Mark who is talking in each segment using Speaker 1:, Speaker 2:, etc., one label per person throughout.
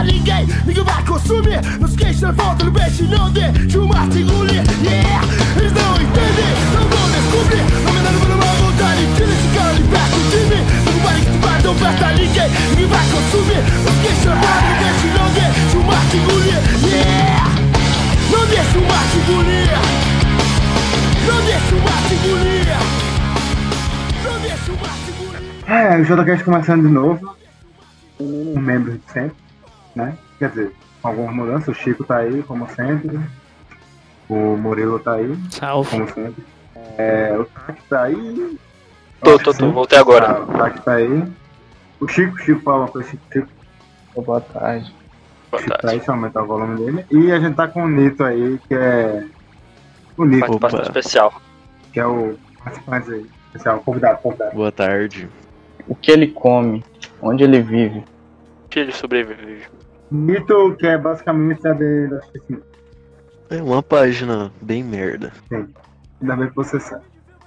Speaker 1: pra ninguém, ninguém vai consumir. Não se queixa, volta no peixe, não deixa o mate engolir. Yeah, eles não entendem, não vão descobrir. Não me dando por uma vontade, tira esse cara de perto de mim. Não vai que tu vai, não presta ninguém, ninguém vai consumir. Não se queixa, volta no peixe, não deixa o mate engolir. Yeah, não deixa o mate engolir. Não deixa o mate engolir. Não deixa o mate engolir.
Speaker 2: O JCast começando de novo. Um membro de sempre, né? Quer dizer, com algumas mudanças. O Chico tá aí, como sempre. O Murilo tá aí,
Speaker 3: Salve.
Speaker 2: como sempre. O Taki tá aí.
Speaker 4: Tô, voltei agora.
Speaker 2: O Taki tá aí. O Chico fala uma coisa, Chico.
Speaker 5: Boa tarde.
Speaker 2: O Chico tá aí, deixa eu aumentar o volume dele. E a gente tá com o Nito aí, que é... O Nito,
Speaker 4: Participação especial.
Speaker 2: que é o participante aí. Especial, convidado.
Speaker 6: Boa tarde.
Speaker 5: O que ele come? Onde ele vive?
Speaker 4: Que ele sobrevive.
Speaker 2: Nito, que é basicamente a da Chico.
Speaker 6: É uma página bem merda.
Speaker 2: Ainda bem que você sabe.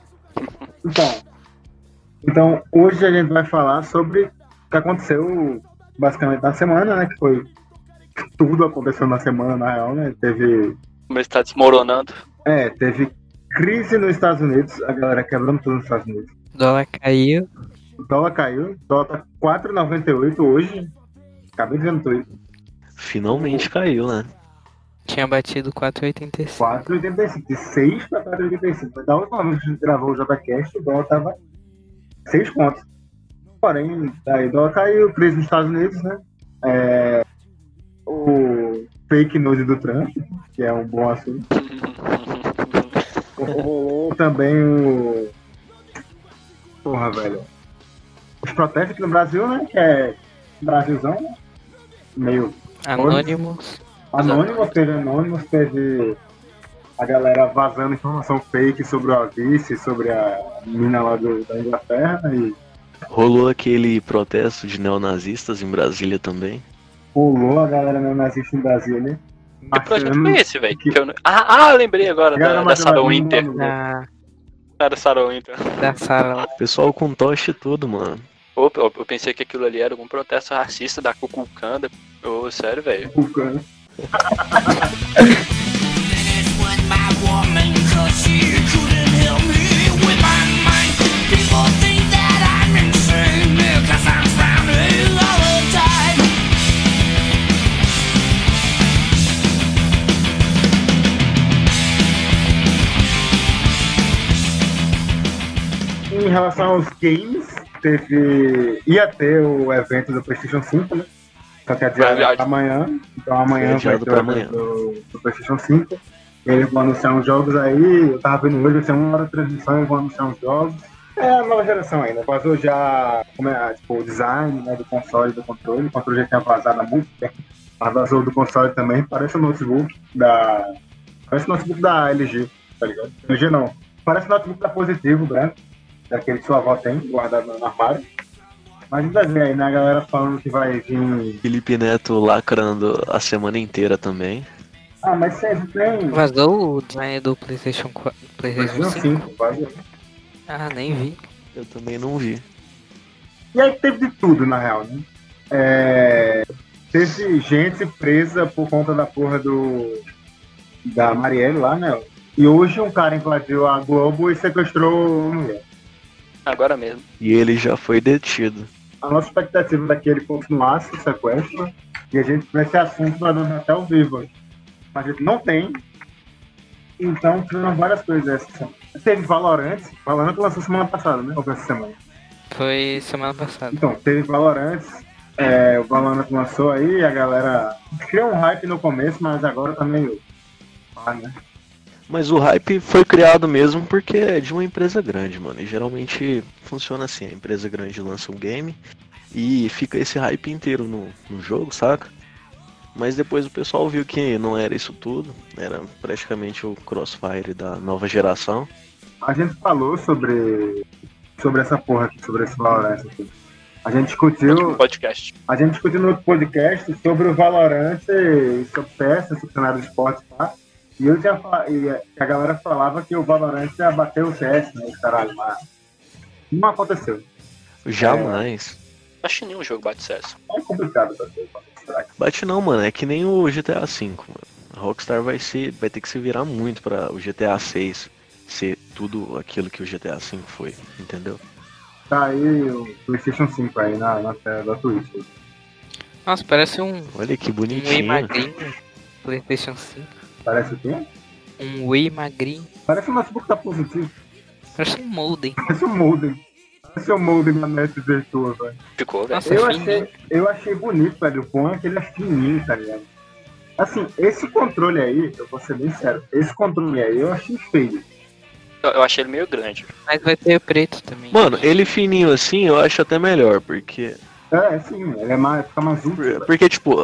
Speaker 2: Então, hoje a gente vai falar sobre o que aconteceu basicamente na semana, né? Que foi tudo aconteceu na semana, na real, né? Teve
Speaker 4: Como ele está desmoronando.
Speaker 2: teve crise nos Estados Unidos, a galera quebrando tudo nos Estados Unidos.
Speaker 3: Dólar caiu.
Speaker 2: O dólar caiu, o dólar tá 4,98 hoje. Acabei de ver no Twitter.
Speaker 6: Finalmente caiu, né?
Speaker 3: Tinha batido 4,85.
Speaker 2: 4,85. De 6 para 4,85. Da última vez que a gente gravou o JCast, o dólar tava 6 pontos. Porém, aí o dólar caiu, crise nos Estados Unidos, né? O fake news do Trump, que é um bom assunto. Rolou também o... Porra, velho. Os protestos aqui no Brasil, né? Que é Brasilzão, né? Meio...
Speaker 3: Anônimos.
Speaker 2: Anônimos, teve a galera vazando informação fake sobre o Avice, sobre a mina lá da Inglaterra e
Speaker 6: Rolou aquele protesto de neonazistas em Brasília também.
Speaker 2: rolou a galera neonazista em Brasília.
Speaker 4: Que projeto foi esse, velho?
Speaker 2: que-
Speaker 4: Lembrei agora da Sarah Winter. Da Sarah Winter.
Speaker 3: Da sala.
Speaker 6: Pessoal com tocha e tudo, mano.
Speaker 4: Opa, eu pensei que aquilo ali era algum protesto racista da Cuculcanda. Ô, sério, velho.
Speaker 2: Vulcano. Em relação aos games, ia ter o evento do PlayStation 5, né? Só que adiado
Speaker 4: Verdade.
Speaker 2: amanhã. Então amanhã
Speaker 6: Foi
Speaker 2: vai
Speaker 6: adiado
Speaker 2: ter o
Speaker 6: pra
Speaker 2: evento do PlayStation 5. Eles vão anunciar uns jogos aí. Eu tava vendo hoje, vai ser 1 hora de transmissão, eles vão anunciar uns jogos. É a nova geração ainda. Vazou já o design, né, do console e do controle. O controle já tinha vazado há muito tempo. Mas vazou do console também. Parece um notebook da LG, tá ligado? LG não. Parece um notebook da Positivo, branco. Daquele que sua avó tem, guardado no armário. Mas ainda vem aí, né? A galera falando que vai vir.
Speaker 6: Felipe Neto lacrando a semana inteira também.
Speaker 2: Ah, mas você tem.
Speaker 3: Vazou o design do PlayStation 4, PlayStation 5?
Speaker 2: 5, vazou.
Speaker 3: Ah, nem vi.
Speaker 6: Eu também não vi.
Speaker 2: E aí teve de tudo, na real, né? Teve gente presa por conta da porra da Marielle lá, né? E hoje um cara invadiu a Globo e sequestrou uma mulher.
Speaker 4: Agora mesmo.
Speaker 6: E ele já foi detido.
Speaker 2: A nossa expectativa é que ele continuasse o sequestro e a gente tivesse assunto para dar até ao vivo. Mas a gente não tem. Então tiveram várias coisas essa semana. Teve Valorant lançou semana passada, né? Ou foi essa semana?
Speaker 3: Foi semana passada.
Speaker 2: Então, teve Valorant. O Valorant lançou aí, a galera criou um hype no começo, mas agora tá meio... né?
Speaker 6: Mas o hype foi criado mesmo porque é de uma empresa grande, mano. E geralmente funciona assim, a empresa grande lança um game e fica esse hype inteiro no jogo, saca? Mas depois o pessoal viu que não era isso tudo, era praticamente o Crossfire da nova geração.
Speaker 2: A gente falou sobre essa porra aqui, sobre esse Valorant aqui. A gente discutiu
Speaker 4: Podcast.
Speaker 2: no outro podcast sobre o Valorant e sobre CS, sobre o cenário de esporte, tá? E a galera falava que o Valorant ia bater o CS, né? Caralho, mas não aconteceu.
Speaker 6: Jamais.
Speaker 4: Acho que nenhum jogo bate CS.
Speaker 2: É complicado pra ter. Strike.
Speaker 6: Bate não, mano. É que nem o GTA V, mano. A Rockstar vai ter que se virar muito pra o GTA 6 ser tudo aquilo que o GTA V foi, entendeu?
Speaker 2: Tá aí o PlayStation 5 aí na tela da Twitch.
Speaker 3: Nossa, parece um
Speaker 6: Olha que
Speaker 3: Wii
Speaker 6: bonitinho.
Speaker 3: magrinho. PlayStation 5.
Speaker 2: Parece o quê?
Speaker 3: Um Wii magrinho.
Speaker 2: Parece um notebook da positivo.
Speaker 3: Parece um modem.
Speaker 2: Parece um modem. Parece um modem na net virtua, velho.
Speaker 4: Ficou, velho.
Speaker 3: Nossa, fininho.
Speaker 2: Eu achei bonito, velho. O bom é que ele é fininho, tá ligado? Assim, esse controle aí, eu vou ser bem sério, esse controle aí eu achei feio.
Speaker 4: Eu achei ele meio grande.
Speaker 3: Mas vai ter preto também.
Speaker 6: Mano, ele fininho assim eu acho até melhor, porque.
Speaker 2: É, sim, ele é mais, fica mais útil. velho.
Speaker 6: Porque, tipo,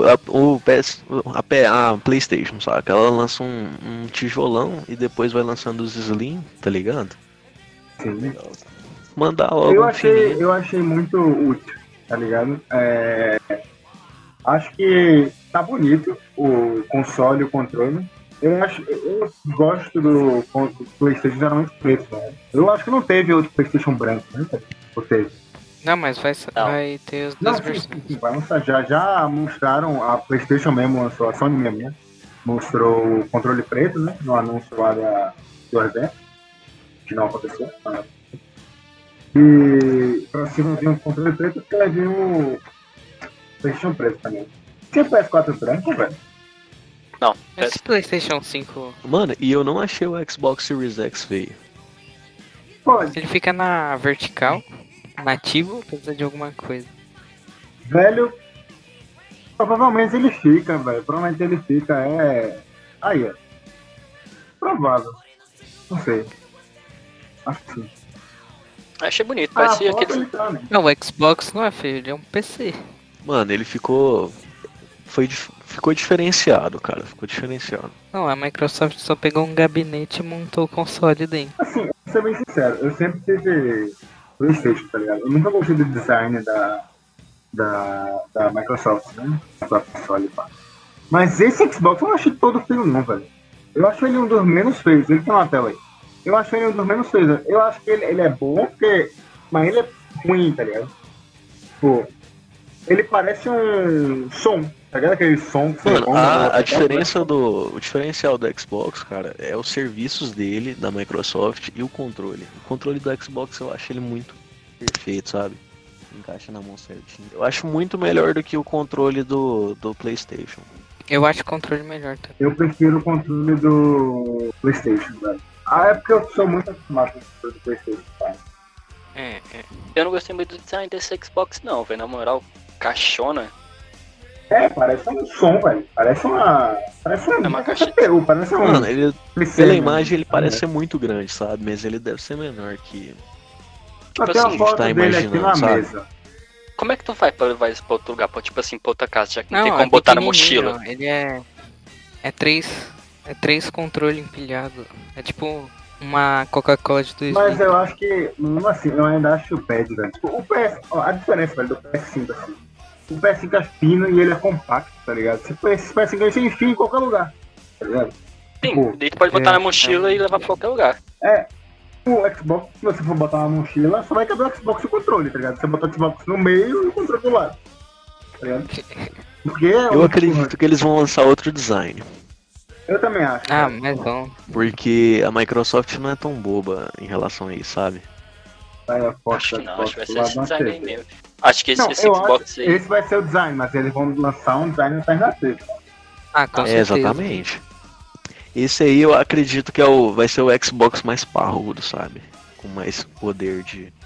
Speaker 6: a PlayStation, saca? Ela lança um tijolão e depois vai lançando os Slim, tá ligado?
Speaker 2: Sim.
Speaker 6: Mandar logo um fininho.
Speaker 2: Eu achei muito útil, tá ligado? Acho que tá bonito o console e o controle. Eu gosto do PlayStation geralmente preto, né? Eu acho que não teve outro PlayStation branco, né? Ou teve?
Speaker 3: Não, mas vai ter as duas
Speaker 2: Não, sim,
Speaker 3: versões.
Speaker 2: sim, vai lançar. Já mostraram, a PlayStation mesmo lançou, a Sony mesmo, né? Mostrou o controle preto, né? No anúncio lá do evento, que não aconteceu. E pra cima vir um controle preto, porque vai vir o PlayStation preto também. Tinha PS4 branco, velho?
Speaker 4: Não,
Speaker 3: Esse PlayStation 5,
Speaker 6: Mano, e eu não achei o Xbox Series X feio.
Speaker 2: Pode.
Speaker 3: ele fica na vertical, nativo, precisa de alguma coisa.
Speaker 2: Velho, provavelmente ele fica, velho. Provavelmente ele fica, Aí, ó. Provável. Não sei. Acho que sim.
Speaker 4: achei bonito. Parecia
Speaker 2: foto
Speaker 4: aquele.
Speaker 2: ele tá, né?
Speaker 3: Não, o Xbox não é feio, ele é um PC.
Speaker 6: Mano, ele ficou diferenciado, cara. Ficou diferenciado.
Speaker 3: Não, a Microsoft só pegou um gabinete e montou o console dentro.
Speaker 2: Assim, vou ser bem sincero, eu sempre tive PlayStation, tá ligado? Eu nunca gostei do design da Microsoft, né? Da console, pá. Mas esse Xbox eu não achei todo feio, não, velho. Eu acho ele um dos menos feios. Ele tem uma tela aí. Eu acho ele um dos menos feios. Eu acho que ele é bom, mas ele é ruim, tá ligado? Pô, ele parece um som. Tá ligado aquele som que você
Speaker 6: Mano,
Speaker 2: compra,
Speaker 6: a diferença o diferencial do Xbox, cara, é os serviços dele, da Microsoft e o controle. O controle do Xbox eu acho ele muito perfeito, sabe? Encaixa na mão certinho. Eu acho muito melhor do que o controle do PlayStation.
Speaker 3: Eu acho o controle melhor também.
Speaker 2: Eu prefiro o controle do PlayStation, velho. É porque eu sou muito acostumado com o controle do PlayStation, tá?
Speaker 4: Eu não gostei muito do design desse Xbox, não, velho. Na moral, caixona.
Speaker 2: Parece um som, velho. Parece uma
Speaker 4: uma caixa.
Speaker 2: CPU, parece um...
Speaker 6: Mano, ele,
Speaker 2: PC,
Speaker 6: pela
Speaker 2: né?
Speaker 6: imagem ele parece ser muito grande, sabe? Mas ele deve ser menor que...
Speaker 2: Só
Speaker 4: tipo
Speaker 2: tem uma
Speaker 4: assim,
Speaker 2: foto
Speaker 6: tá
Speaker 2: dele aqui
Speaker 6: imaginando,
Speaker 2: na
Speaker 6: sabe?
Speaker 2: mesa.
Speaker 4: Como é que tu faz pra levar isso pra outro lugar? Pra, tipo assim, pra outra casa, já que não,
Speaker 3: Não,
Speaker 4: tem como botar na
Speaker 3: pequenininho,
Speaker 4: mochila?
Speaker 3: Ele é três controles empilhados. É tipo uma Coca-Cola de 2
Speaker 2: Mas
Speaker 3: litros.
Speaker 2: eu acho que, mesmo assim, eu ainda acho o pad, velho. Tipo, o PS, ó, a diferença, velho, do PS5, assim. O PS5 é fino e ele é compacto, tá ligado? Esse PS5 aí você enfia em qualquer lugar, tá ligado?
Speaker 4: Sim,
Speaker 2: Tipo,
Speaker 4: daí tu pode botar na mochila e levar pra qualquer lugar.
Speaker 2: o Xbox, se você for botar uma mochila, só vai caber o Xbox e o controle, tá ligado? Você bota o Xbox no meio e o controle do lado, tá ligado? Porque
Speaker 6: Eu acredito que eles vão lançar outro design.
Speaker 2: Eu também acho.
Speaker 3: Ah,
Speaker 2: cara.
Speaker 3: mas bom.
Speaker 6: Porque a Microsoft não é tão boba em relação a isso, sabe?
Speaker 2: Sai a foto
Speaker 4: Acho que
Speaker 2: do
Speaker 4: não,
Speaker 2: Xbox
Speaker 4: acho que vai
Speaker 2: do
Speaker 4: ser
Speaker 2: lado
Speaker 4: esse
Speaker 2: da
Speaker 4: design aí
Speaker 2: TV.
Speaker 4: mesmo. Acho que esse
Speaker 2: Não, eu
Speaker 4: Xbox
Speaker 2: acho
Speaker 4: aí.
Speaker 2: esse vai ser o design, mas eles vão lançar um design alternativo.
Speaker 3: Ah, com certeza.
Speaker 6: Exatamente. Esse aí eu acredito que vai ser o Xbox mais parrudo, sabe? Com mais poder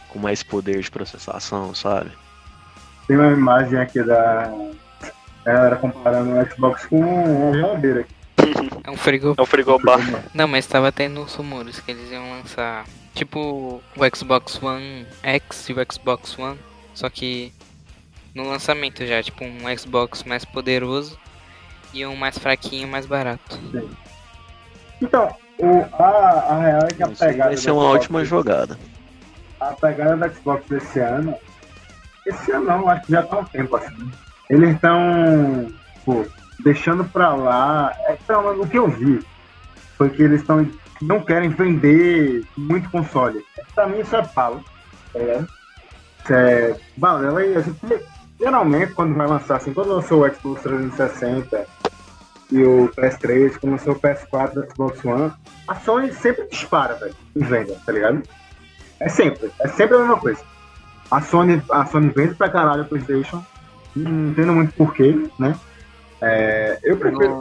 Speaker 6: de processação, sabe?
Speaker 2: Tem uma imagem aqui da galera comparando o Xbox com uma geladeira aqui.
Speaker 3: É um frigobar.
Speaker 4: É um frigobar.
Speaker 3: Não, mas tava tendo uns rumores que eles iam lançar tipo o Xbox One X e o Xbox One, só que no lançamento já, tipo um Xbox mais poderoso e um mais fraquinho, mais barato.
Speaker 2: Então, a real é que a
Speaker 6: Isso aí
Speaker 2: pegada
Speaker 6: vai ser
Speaker 2: do
Speaker 6: uma
Speaker 2: Xbox-
Speaker 6: ótima jogada.
Speaker 2: A pegada do Xbox desse ano não, acho que já tá um tempo assim. Eles estão, deixando pra lá. Então, o que eu vi foi que eles não querem vender muito console. Pra mim isso é palo, tá ligado? Isso é balela e a gente Geralmente, quando vai lançar, assim, quando lançou o Xbox 360 e o PS3, quando lançou o PS4 do Xbox One, a Sony sempre dispara, velho, em venda, tá ligado? É sempre a mesma coisa. A Sony vende pra caralho a PlayStation, não entendo muito porquê, né? Eu prefiro.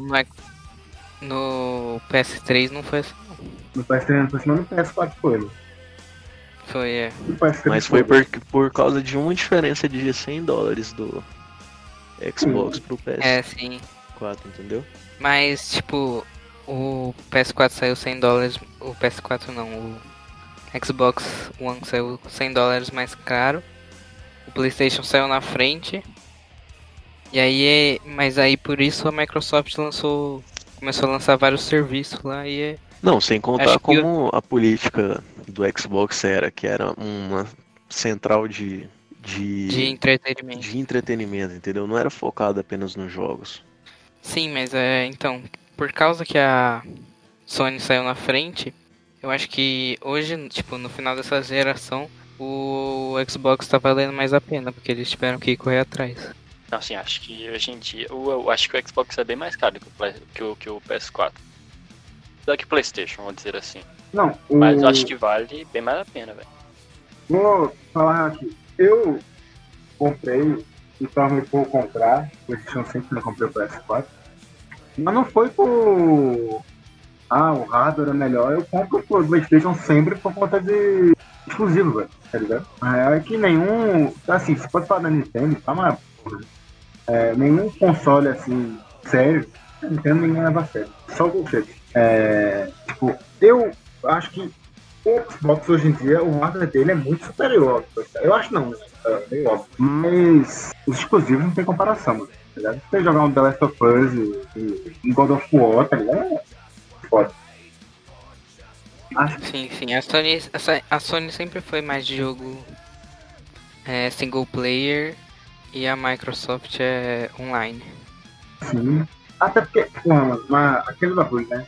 Speaker 3: No PS3 não foi assim.
Speaker 2: No PS3 não foi assim, mas no PS4 foi. Né?
Speaker 3: Foi,
Speaker 2: No PS3
Speaker 6: Mas foi por causa de uma diferença de $100 do Xbox pro PS4,
Speaker 3: sim.
Speaker 6: entendeu?
Speaker 3: Mas, tipo, o PS4 saiu $100, o PS4 não, o Xbox One saiu $100 mais caro, o PlayStation saiu na frente, e aí, mas aí por isso a Microsoft começou a lançar vários serviços lá e
Speaker 6: Não, sem contar
Speaker 3: Acho que
Speaker 6: como a política do Xbox que era uma central de
Speaker 3: entretenimento.
Speaker 6: de entretenimento, entendeu? Não era focado apenas nos jogos.
Speaker 3: Sim, mas então, por causa que a Sony saiu na frente, eu acho que hoje, tipo, no final dessa geração, o Xbox tá valendo mais a pena, porque eles tiveram que correr atrás.
Speaker 4: Não, assim, acho que hoje em dia, eu acho que o Xbox é bem mais caro que o PS4. Do que o PlayStation, vamos dizer assim.
Speaker 2: Não,
Speaker 4: Mas eu acho que vale bem mais a pena, velho.
Speaker 2: Vou falar aqui. Eu comprei e talvez por comprar, PlayStation 5, não comprei o PS4. Mas não foi por. O hardware é melhor. Eu compro o PlayStation sempre por conta de exclusivo, velho. Tá ligado? É que nenhum. Assim, você pode falar da Nintendo, tá? Mas. Nenhum console assim, sério, Nintendo ninguém leva a sério. Só o conceito. Tipo, eu acho que o Xbox hoje em dia, o hardware dele é muito superior. Eu acho não, é meio óbvio. Mas os exclusivos não tem comparação, mano. Tá ligado? Se você jogar um The Last of Us e God of War, tá ligado? É foda.
Speaker 3: Sim. A Sony sempre foi mais de jogo single player e a Microsoft é online.
Speaker 2: Sim. Até porque, mas aquele bagulho, né?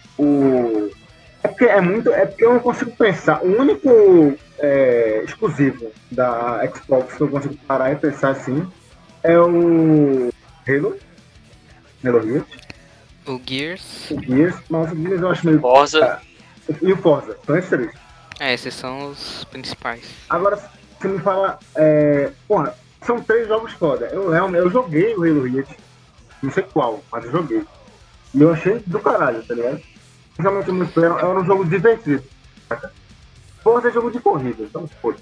Speaker 2: É porque eu não consigo pensar. O único exclusivo da Xbox que eu consigo parar e pensar assim é o Halo Reach.
Speaker 3: O Gears.
Speaker 2: Mas o Gears eu acho meio.
Speaker 4: Forza.
Speaker 2: E o Forza, são esses três.
Speaker 3: Esses são os principais.
Speaker 2: Agora, você me fala. São 3 jogos foda. Eu joguei o Halo Reach. Não sei qual, mas eu joguei. E eu achei do caralho, tá ligado? Principalmente o multiplayer era um jogo divertido. Forza é jogo de corrida, então foda.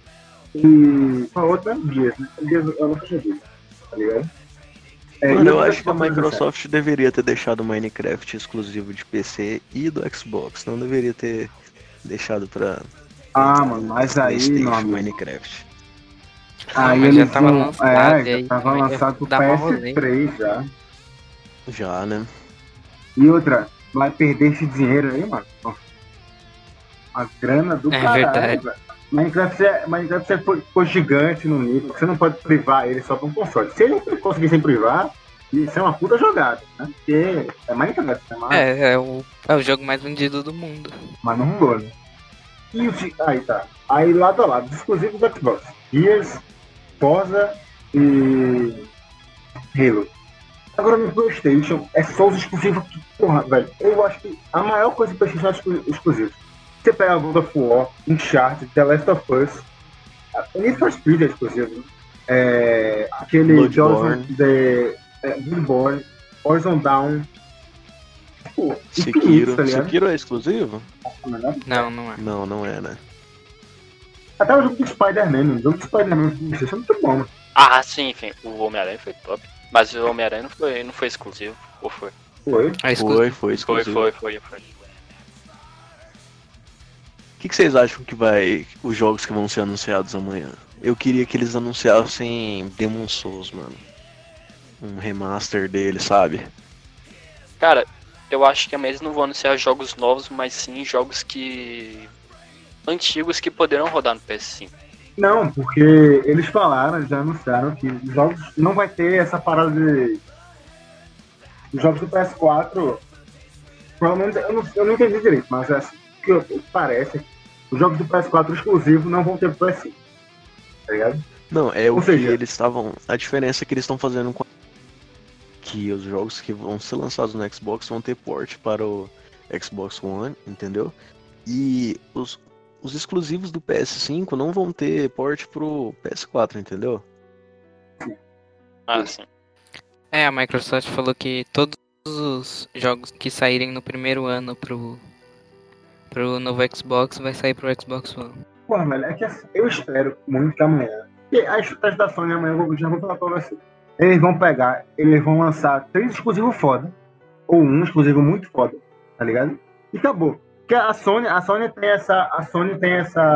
Speaker 2: E a outra é Gears, né? Gears eu nunca joguei, tá ligado?
Speaker 6: Mano, eu acho que a Microsoft deveria ter deixado o Minecraft exclusivo de PC e do Xbox. Não deveria ter deixado pra
Speaker 2: mano, mas aí,
Speaker 6: PlayStation,
Speaker 2: mano.
Speaker 6: Minecraft.
Speaker 2: Aí
Speaker 3: mas
Speaker 2: eles
Speaker 3: já tava
Speaker 2: vão-
Speaker 3: lançado,
Speaker 2: já tava lançado pro PS3 já.
Speaker 6: Já, né?
Speaker 2: E outra, vai perder esse dinheiro aí, mano. A grana do caralho,
Speaker 3: verdade.
Speaker 2: velho. Minecraft ficou gigante no nível, você não pode privar ele só pra um console. Se ele conseguissem privar, isso é uma puta jogada, né? Porque é Minecraft,
Speaker 3: É o jogo mais vendido do mundo.
Speaker 2: mas não rolou, né? E aí tá. Aí lado a lado, os exclusivos do Xbox. Gears, Forza e Halo. Agora no PlayStation é só os exclusivos que, porra, velho. Eu acho que a maior coisa do PlayStation é os exclusivos. Você pega God of War, Uncharted, The Last of Us, o Need for Speed é exclusivo. Aquele
Speaker 6: Bloodborne.
Speaker 2: Bloodborne, Horizon Dawn. Pô,
Speaker 6: Sekiro.
Speaker 2: tá ligado?
Speaker 6: Sekiro é exclusivo?
Speaker 3: Não é.
Speaker 6: Não, não é, né?
Speaker 2: Até o jogo do Spider-Man, o jogo do Spider-Man é muito bom, mano.
Speaker 4: Ah, sim, enfim, o Homem-Aranha foi top. Mas o Homem-Aranha não foi exclusivo, ou foi?
Speaker 2: Foi.
Speaker 6: Foi exclusivo.
Speaker 4: Foi.
Speaker 6: O que vocês acham que os jogos que vão ser anunciados amanhã? Eu queria que eles anunciassem Demon Souls, mano. Um remaster dele, sabe?
Speaker 4: Cara, eu acho que amanhã eles não vão anunciar jogos novos, mas sim jogos antigos que poderão rodar no PS5.
Speaker 2: Não, porque eles já anunciaram que os jogos não vai ter essa parada de. Os jogos do PS4, provavelmente, eu não entendi direito, mas assim, o que parece, os jogos do PS4 exclusivo não vão ter pro PS5, tá ligado?
Speaker 6: Não, é o
Speaker 2: Ou
Speaker 6: que
Speaker 2: seja-
Speaker 6: eles estavam. A diferença que eles estão fazendo com. Que os jogos que vão ser lançados no Xbox vão ter port para o Xbox One, entendeu? E os exclusivos do PS5 não vão ter port pro PS4, entendeu?
Speaker 4: Ah, sim.
Speaker 3: A Microsoft falou que todos os jogos que saírem no primeiro ano pro novo Xbox vai sair pro Xbox One.
Speaker 2: Pô, velho, é que assim, eu espero muito que amanhã. E a estratégia da Sony amanhã já vou falar pra você. Eles vão lançar 3 exclusivos foda, ou um exclusivo muito foda, tá ligado? E acabou. Porque a Sony tem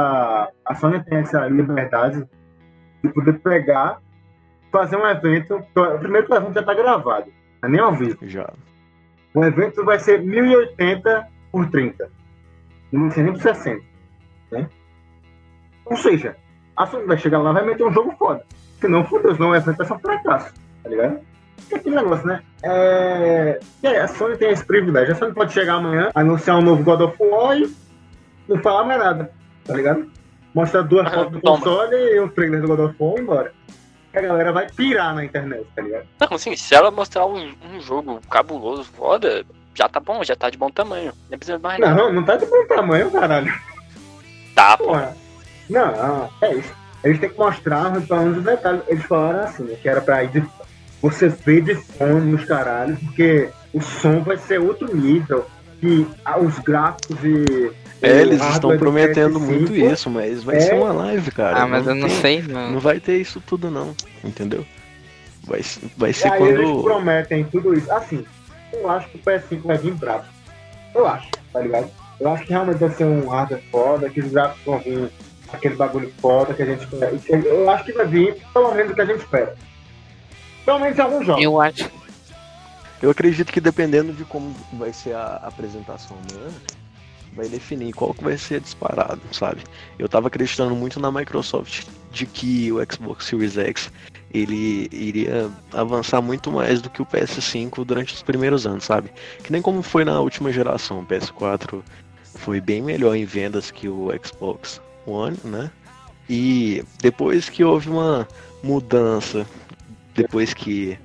Speaker 2: essa liberdade de poder pegar, fazer um evento. Primeiro que o evento já tá gravado, não é nem ao vivo.
Speaker 6: Já.
Speaker 2: O evento vai ser 1080 por 30. Não vai ser nem por 60. Né? Ou seja, a Sony vai chegar lá e vai meter um jogo foda. Se não, fodeu, senão o evento vai ser um fracasso. Tá ligado? É aquele negócio, né? A Sony tem esse privilégio. A Sony pode chegar amanhã, anunciar um novo God of War e não falar mais nada. Tá ligado? Mostrar 2 fotos do console e um trailer do God of War e embora. A galera vai pirar na internet, tá ligado?
Speaker 4: Não, assim, se ela mostrar um jogo cabuloso, foda, já tá bom, já tá de bom tamanho. Não precisa mais nada.
Speaker 2: Não tá de bom tamanho, caralho.
Speaker 4: Tá, pô.
Speaker 2: Porra. Não, é isso. Eles têm que mostrar pelo menos os detalhes. Eles falaram assim, né, que era pra ir você ver de fone os caralhos, porque o som vai ser outro nível. E os gráficos e.
Speaker 6: Eles
Speaker 2: o
Speaker 6: estão
Speaker 2: hardware do
Speaker 6: prometendo
Speaker 2: PS5,
Speaker 6: muito isso, mas vai ser uma live, cara.
Speaker 3: Mas eu não sei, não.
Speaker 6: Não vai ter isso tudo, não. Entendeu? Vai
Speaker 2: E
Speaker 6: ser
Speaker 2: aí eles
Speaker 6: quando.
Speaker 2: prometem tudo isso. Assim, eu acho que o PS5 vai vir brabo. Eu acho, tá ligado? Eu acho que realmente vai ser um hardware foda, que os gráficos vão vir aquele bagulho foda que a gente espera. Eu acho que vai vir pelo menos o que a gente espera. Pelo menos em alguns jogos.
Speaker 3: Eu acho.
Speaker 6: Eu acredito que dependendo de como vai ser a apresentação amanhã, vai definir qual que vai ser disparado, sabe? Eu tava acreditando muito na Microsoft de que o Xbox Series X ele iria avançar muito mais do que o PS5 durante os primeiros anos, sabe? Que nem como foi na última geração, o PS4 foi bem melhor em vendas que o Xbox One, né? E depois que houve uma mudança, depois que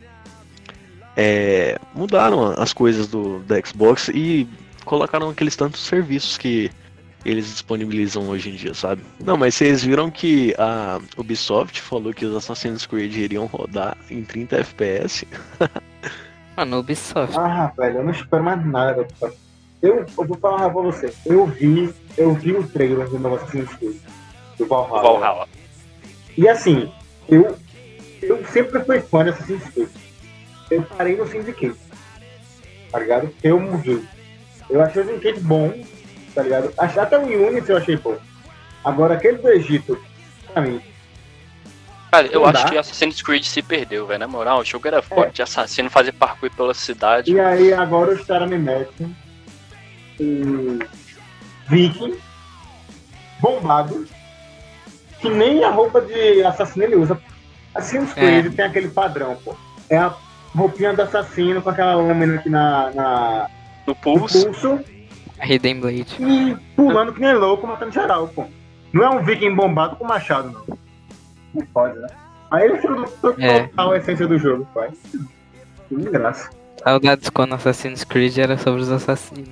Speaker 6: mudaram as coisas da Xbox e colocaram aqueles tantos serviços que eles disponibilizam hoje em dia, sabe? Não, mas vocês viram que a Ubisoft falou que os Assassin's Creed iriam rodar em 30 FPS?
Speaker 3: Mano, Ubisoft.
Speaker 2: Velho, eu não espero mais nada da Ubisoft. Eu vou falar pra você. Eu vi o trailer do novo Assassin's Creed, do Valhalla. E assim, eu sempre fui fã de Assassin's Creed. Eu parei no Syndicate, tá ligado? Eu morri. Eu achei o Syndicate bom, tá ligado? Até o Unity eu achei bom. Agora, aquele do Egito, pra mim...
Speaker 4: Cara, eu acho que Assassin's Creed se perdeu, velho. Na moral, o jogo era forte de assassino, fazer parkour pela cidade.
Speaker 2: E aí, agora os caras me metem um Viking bombado, que nem a roupa de assassino ele usa. Assassin's Creed tem aquele padrão, pô. É a roupinha do assassino com aquela lâmina aqui
Speaker 4: no pulso.
Speaker 3: A Hidden Blade.
Speaker 2: E pulando que nem louco, matando geral, pô. Não é um viking bombado com machado, não. Não pode, né? Aí ele tirou total a essência do jogo, pai. Que graça.
Speaker 3: Saudades quando Assassin's Creed era sobre os assassinos.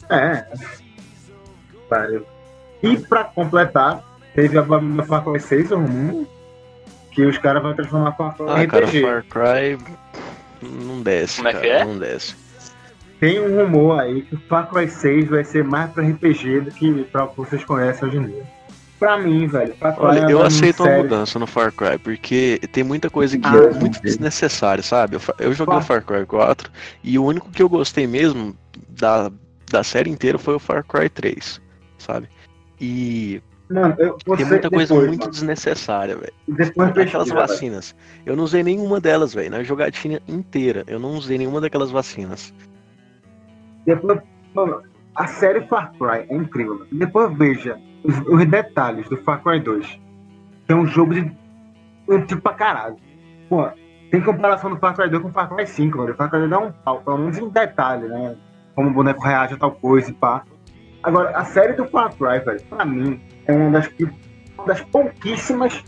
Speaker 2: Pariu. E pra completar, teve a Far Cry 6, o rumo, que os caras vão transformar Far Cry em
Speaker 6: cara,
Speaker 2: RPG.
Speaker 6: Far Cry não desce,
Speaker 4: Como é que
Speaker 6: cara,
Speaker 4: é?
Speaker 6: não desce.
Speaker 2: Tem um rumor aí que o Far Cry 6 vai ser mais pra RPG do que pra o que vocês conhecem hoje em dia. Pra mim, velho, Far Cry
Speaker 6: Olha, eu
Speaker 2: uma
Speaker 6: aceito uma
Speaker 2: série.
Speaker 6: mudança no Far Cry, porque tem muita coisa que é muito desnecessária, sabe? Eu joguei o Far Cry 4 e o único que eu gostei mesmo da série inteira foi o Far Cry 3, sabe? E
Speaker 2: Mano,
Speaker 6: tem muita coisa muito desnecessária, velho.
Speaker 2: Depois
Speaker 6: Aquelas
Speaker 2: pesquisa,
Speaker 6: vacinas. Eu não usei nenhuma delas, velho. Na jogatina inteira, eu não usei nenhuma daquelas vacinas.
Speaker 2: Depois, mano, a série Far Cry é incrível. Mano. Depois veja os detalhes do Far Cry 2. É um jogo de antigo pra caralho. Pô, tem comparação do Far Cry 2 com o Far Cry 5, velho. O Far Cry 2 dá um pau, pelo menos em detalhe, né? Como o boneco reage a tal coisa e pá. Agora, a série do Far Cry, velho, pra mim, é uma das pouquíssimas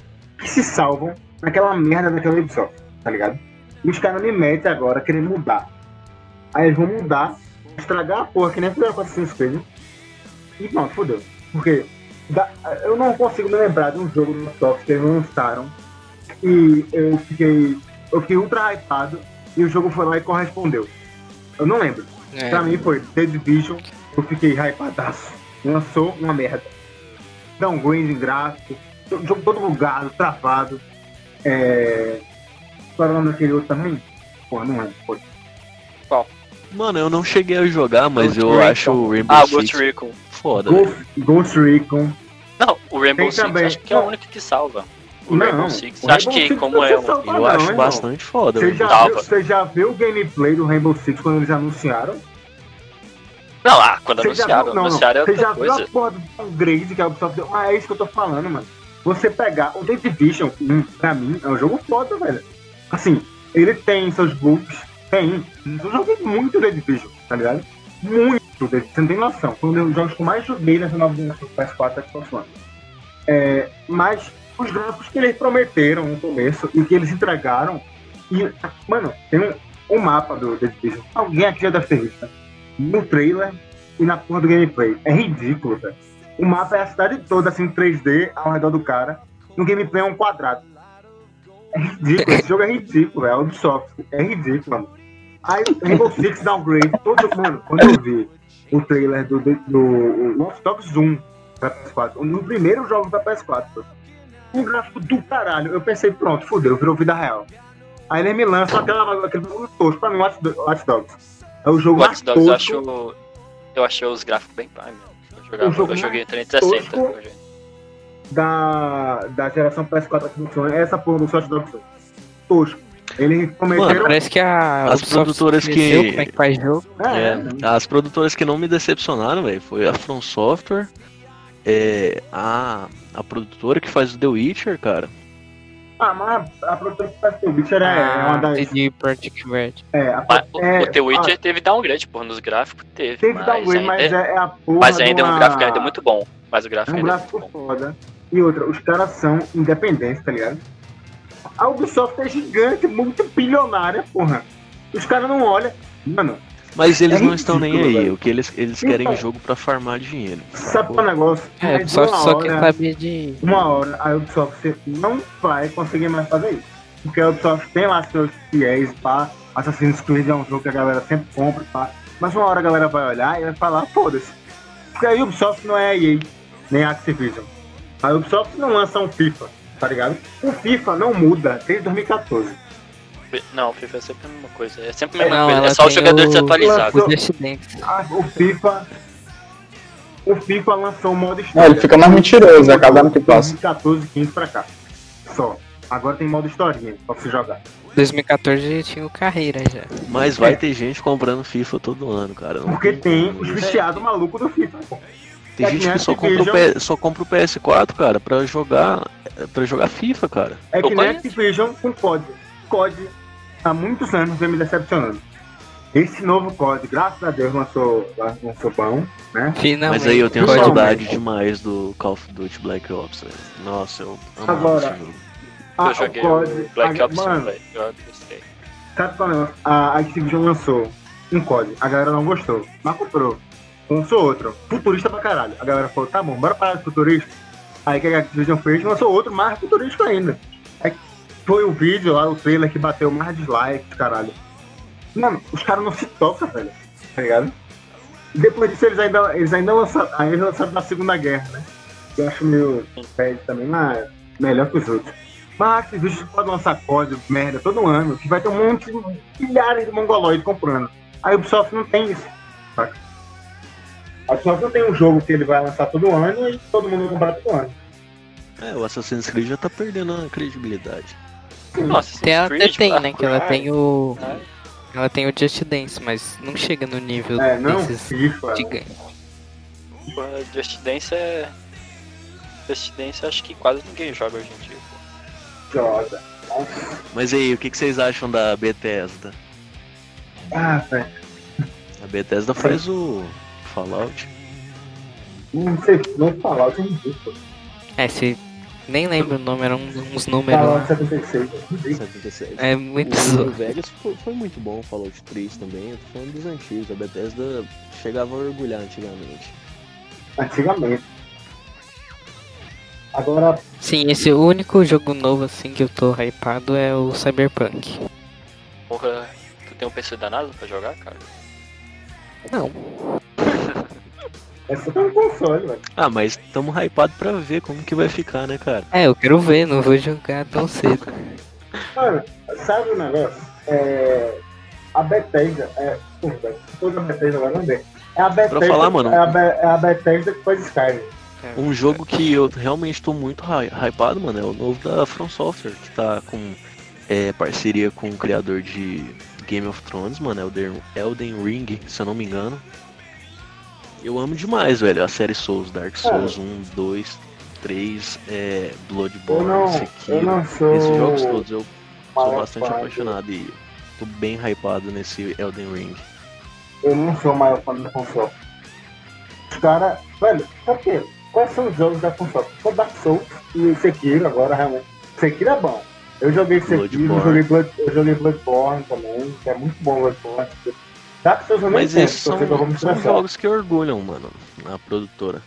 Speaker 2: que se salvam naquela merda daquela Ubisoft, tá ligado? E os caras me metem agora querendo mudar. Aí eles vão mudar, estragar a porra, que nem fizeram com Assassin's Creed. E pronto, fodeu. Porque eu não consigo me lembrar de um jogo do Ubisoft que eles lançaram e eu fiquei ultra hypado e o jogo foi lá e correspondeu. Eu não lembro. Pra mim foi The Division, eu fiquei hypadaço. Lançou uma merda. Downgrade em gráfico, jogo todo bugado, travado. Qual era o nome daquele outro também? Porra, não lembro. Foi.
Speaker 4: Qual?
Speaker 6: Mano, eu não cheguei a jogar, mas
Speaker 2: Ghost
Speaker 6: eu
Speaker 2: Recon.
Speaker 6: acho o Rainbow Six
Speaker 4: Ghost Recon.
Speaker 6: foda, velho.
Speaker 2: Ghost Recon.
Speaker 4: Não, o Rainbow
Speaker 2: Tem
Speaker 4: Six
Speaker 2: também.
Speaker 4: acho que é o único que salva. O
Speaker 2: Não,
Speaker 4: Rainbow Six.
Speaker 2: o
Speaker 4: Acho
Speaker 2: Rainbow
Speaker 4: que
Speaker 2: Six
Speaker 4: como
Speaker 2: não
Speaker 4: é
Speaker 2: salva,
Speaker 6: Eu
Speaker 2: não,
Speaker 6: acho
Speaker 2: irmão.
Speaker 6: bastante foda,
Speaker 2: Você
Speaker 6: velho.
Speaker 2: já viu o gameplay do Rainbow Six quando eles anunciaram?
Speaker 4: Não, quando
Speaker 2: Você já viu,
Speaker 4: anunciaram é
Speaker 2: Você já
Speaker 4: outra
Speaker 2: viu a
Speaker 4: coisa.
Speaker 2: porra do downgrade que a Ubisoft deu? É isso que eu tô falando, mano. Você pegar o The Division, pra mim, é um jogo foda, velho. Assim, ele tem seus bugs, tem. Eu joguei muito The Division, tá ligado? Muito The Division, você não tem noção. Foi um dos jogos que eu mais joguei nessa nova geração PS4 e Xbox One. Mas os gráficos que eles prometeram no começo e que eles entregaram. E, mano, tem um mapa do The Division. Alguém aqui já deve ter visto, né? No trailer e na porra do gameplay. É ridículo, velho. O mapa é a cidade toda, assim, 3D ao redor do cara. No gameplay é um quadrado. É ridículo, esse jogo é ridículo, velho. É Ubisoft. É ridículo, mano. Aí, Rainbow Six Downgrade, mano, quando eu vi o trailer do Watch Dogs 1 pra PS4, no primeiro jogo da PS4, um gráfico do caralho, eu pensei, pronto, fudeu, virou vida real. Aí ele me lança aquele bagulho tosco pra mim, Watch Dogs. É o jogo mais
Speaker 4: Watch Dogs
Speaker 2: tosco.
Speaker 4: eu achei os gráficos bem pai, meu. Eu joguei em
Speaker 2: mais
Speaker 4: 360.
Speaker 2: tosco da geração PS4 Xbox One, é essa porra do Watch Dogs 1. Tosco. Eles prometeram...
Speaker 3: Parece que
Speaker 6: As
Speaker 3: Ubisoft
Speaker 6: produtoras
Speaker 3: esqueceu
Speaker 6: que-
Speaker 3: como é que faz jogo.
Speaker 6: As produtoras que não me decepcionaram, velho, foi a From Software, a produtora que faz o The Witcher, cara.
Speaker 2: Mas a produtora que faz o Witcher é uma das...
Speaker 3: CD Projekt Red.
Speaker 4: O The Witcher teve downgrade, porra, nos gráficos.
Speaker 2: Teve downgrade, mas é a porra
Speaker 4: Mas ainda é
Speaker 2: de
Speaker 4: um
Speaker 2: uma-
Speaker 4: gráfico ainda muito bom. Mas o gráfico
Speaker 2: É um
Speaker 4: ainda é
Speaker 2: gráfico
Speaker 4: muito bom.
Speaker 2: foda. E outra, os caras são independentes, tá ligado? A Ubisoft é gigante, muito bilionária, porra. Os caras não olham. Mano,
Speaker 6: Mas eles
Speaker 2: É
Speaker 6: não estão nem
Speaker 2: ridículo,
Speaker 6: aí.
Speaker 2: velho.
Speaker 6: O que eles querem
Speaker 2: Então.
Speaker 6: jogo pra farmar dinheiro.
Speaker 2: sabe qual é o negócio?
Speaker 3: A
Speaker 2: Mas
Speaker 3: Ubisoft
Speaker 2: uma
Speaker 3: só
Speaker 2: hora-
Speaker 3: quer saber de.
Speaker 2: Uma hora a Ubisoft não vai conseguir mais fazer isso. Porque a Ubisoft tem lá seus fiéis, pá. Assassin's Creed é um jogo que a galera sempre compra, pá. Mas uma hora a galera vai olhar e vai falar, foda-se. Porque a Ubisoft não é a EA, nem a Activision. A Ubisoft não lança um FIFA, tá ligado? O FIFA não muda desde 2014.
Speaker 4: Não, o FIFA é sempre a mesma coisa. É sempre a mesma
Speaker 3: Não,
Speaker 4: coisa.
Speaker 3: ela
Speaker 4: É só o
Speaker 3: tem
Speaker 4: jogador
Speaker 3: o-
Speaker 4: desatualizado.
Speaker 3: Os Just Dance.
Speaker 2: O FIFA lançou um modo história.
Speaker 5: Ele fica mais mentiroso a cada ano que passa.
Speaker 2: 2014, 15 pra cá. Só. Agora tem modo historinha pra você jogar.
Speaker 3: 2014 tinha o Carreira já.
Speaker 6: Mas vai ter gente comprando FIFA todo ano, cara. Não
Speaker 2: Porque tem
Speaker 6: como
Speaker 2: os
Speaker 6: isso.
Speaker 2: viciados malucos do FIFA. Pô.
Speaker 6: Tem gente que só compra o PS4, cara, pra jogar FIFA, cara.
Speaker 2: É que
Speaker 4: Eu
Speaker 2: nem
Speaker 4: conheço.
Speaker 2: Activision com COD. COD há muitos anos vem me decepcionando. Esse novo COD, graças a Deus, lançou bom, né?
Speaker 3: Finalmente.
Speaker 6: Mas aí eu tenho
Speaker 2: Finalmente.
Speaker 6: saudade demais do Call of Duty Black Ops, velho. Nossa, eu amo
Speaker 2: Agora,
Speaker 6: esse jogo.
Speaker 4: Eu joguei o Black Ops 1,
Speaker 2: mano,
Speaker 4: velho. Eu gostei.
Speaker 2: sabe qual é o negócio? A Activision lançou um COD, a galera não gostou, mas comprou. Lançou outro, futurista pra caralho. A galera falou, tá bom, bora parar de futurista. Aí o que a Activision fez? Lançou outro mais futurístico ainda. Aí foi o vídeo lá, o trailer que bateu mais dislikes, caralho. Mano, os caras não se tocam, velho. Tá ligado? E depois disso eles ainda lançaram. Aí eles lançaram na Segunda Guerra, né? Eu acho meio pede também, mas melhor que os outros. Mas a Activision pode lançar código, merda, todo ano, que vai ter um monte de milhares de mongoloides comprando. A Ubisoft não tem isso, saca? A Ubisoft não tem um jogo que ele vai lançar todo ano e todo mundo vai comprar todo ano.
Speaker 6: O Assassin's Creed já tá perdendo a credibilidade.
Speaker 4: Nossa,
Speaker 3: Tem, ela até tem, né? Que ela
Speaker 2: é.
Speaker 3: tem o. Ela tem o Just Dance, mas não chega no nível
Speaker 2: Não,
Speaker 3: desses
Speaker 2: FIFA.
Speaker 3: gigantes.
Speaker 4: Just Dance é. Just Dance acho que quase ninguém joga hoje em dia. Pô.
Speaker 2: Joga.
Speaker 6: Mas aí, o que vocês acham da Bethesda?
Speaker 2: Ah, velho.
Speaker 6: A Bethesda faz o Fallout.
Speaker 2: Não sei, não falar, eu tenho visto.
Speaker 3: Se Nem lembro o nome, eram uns
Speaker 2: Tá
Speaker 3: números
Speaker 2: lá
Speaker 3: lá.
Speaker 2: no 76.
Speaker 7: 77.
Speaker 3: É muito
Speaker 7: O
Speaker 3: zoado.
Speaker 7: Vegas foi muito bom, Fallout 3 também. Eu tô falando dos antigos. A Bethesda chegava a orgulhar antigamente.
Speaker 2: Antigamente. Agora,
Speaker 3: Sim, esse único jogo novo assim que eu tô hypado é o Cyberpunk.
Speaker 4: Porra, tu tem um PC danado pra jogar, cara?
Speaker 3: Não,
Speaker 2: é só ter um console, velho.
Speaker 6: Ah, mas tamo hypado pra ver como que vai ficar, né, cara?
Speaker 3: eu quero ver, não vou jogar tão cedo.
Speaker 2: Mano, sabe o negócio? A Bethesda, toda a Bethesda vai vender. É a Bethesda,
Speaker 6: Pra falar, mano.
Speaker 2: É a Bethesda que faz Skyrim.
Speaker 6: Um jogo que eu realmente tô muito hypado, mano, é o novo da From Software, que tá com parceria com o criador de Game of Thrones, mano, Elden Ring, se eu não me engano. Eu amo demais, velho, a série Souls, Dark Souls 1, 2, 3, Bloodborne,
Speaker 2: Eu não sou
Speaker 6: esses jogos todos eu sou
Speaker 2: maior
Speaker 6: bastante
Speaker 2: fã
Speaker 6: apaixonado e tô bem hypado nesse Elden Ring.
Speaker 2: Eu não sou o maior fã da console. Os caras, velho, por quê? Quais são os jogos da console? Só Dark Souls e Sekiro agora, realmente. Sekiro é bom. Eu joguei Sekiro, eu joguei Bloodborne também, que é muito bom Bloodborne. Dark Souls eu nem
Speaker 6: Mas
Speaker 2: tenho,
Speaker 6: esses
Speaker 2: porque eu vou me
Speaker 6: são
Speaker 2: estressar.
Speaker 6: jogos que orgulham, mano, a produtora.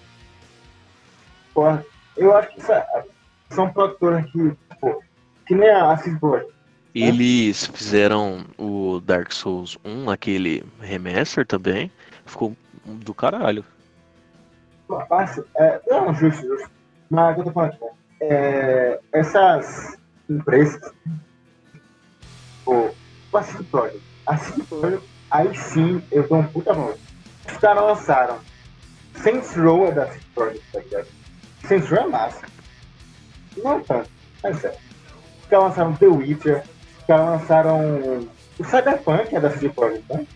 Speaker 2: Porra, eu acho que são produtoras que nem a CD Projekt.
Speaker 6: Eles fizeram o Dark Souls 1, aquele remaster também, ficou do caralho.
Speaker 2: Não, justo. Mas o que eu tô falando essas empresas, a CD Projekt, aí sim eu dou um puta valor. Os caras lançaram Saints Row da CD Projekt, tá ligado? Saints Row é massa. Não tanto, mas sério. Os caras lançaram The Witcher, os caras lançaram o Cyberpunk, é da CD Projekt, né?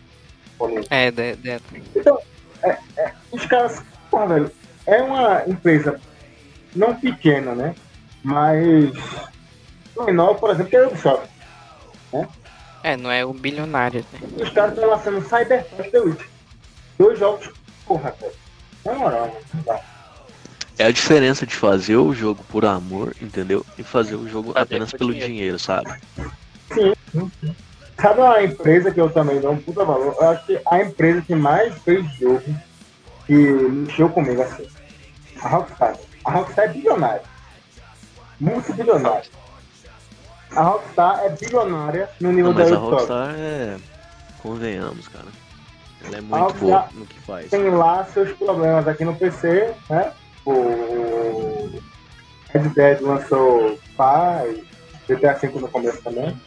Speaker 2: Então, os caras, porra, velho, é uma empresa não pequena, né? Mas menor, por exemplo, que é a Ubisoft, né?
Speaker 3: Não é o bilionário, né?
Speaker 2: E os caras estão lançando Cyberpunk e The Witcher. 2 jogos, porra, velho. Na moral, não dá.
Speaker 6: É a diferença de fazer o jogo por amor, entendeu? E fazer o jogo apenas pelo dinheiro, sabe?
Speaker 2: Sim. Sabe uma empresa que eu também dou um puta valor? Eu acho que a empresa que mais fez jogo que mexeu comigo assim. A Rockstar. A Rockstar é bilionária. Multibilionária. A Rockstar é bilionária no nível da
Speaker 6: Mas a
Speaker 2: Ubisoft.
Speaker 6: Rockstar convenhamos, cara. Ela é
Speaker 2: A
Speaker 6: muito
Speaker 2: Rockstar
Speaker 6: boa no que faz.
Speaker 2: tem lá seus problemas aqui no PC, né? O Red Dead lançou Pai, GTA V no começo também.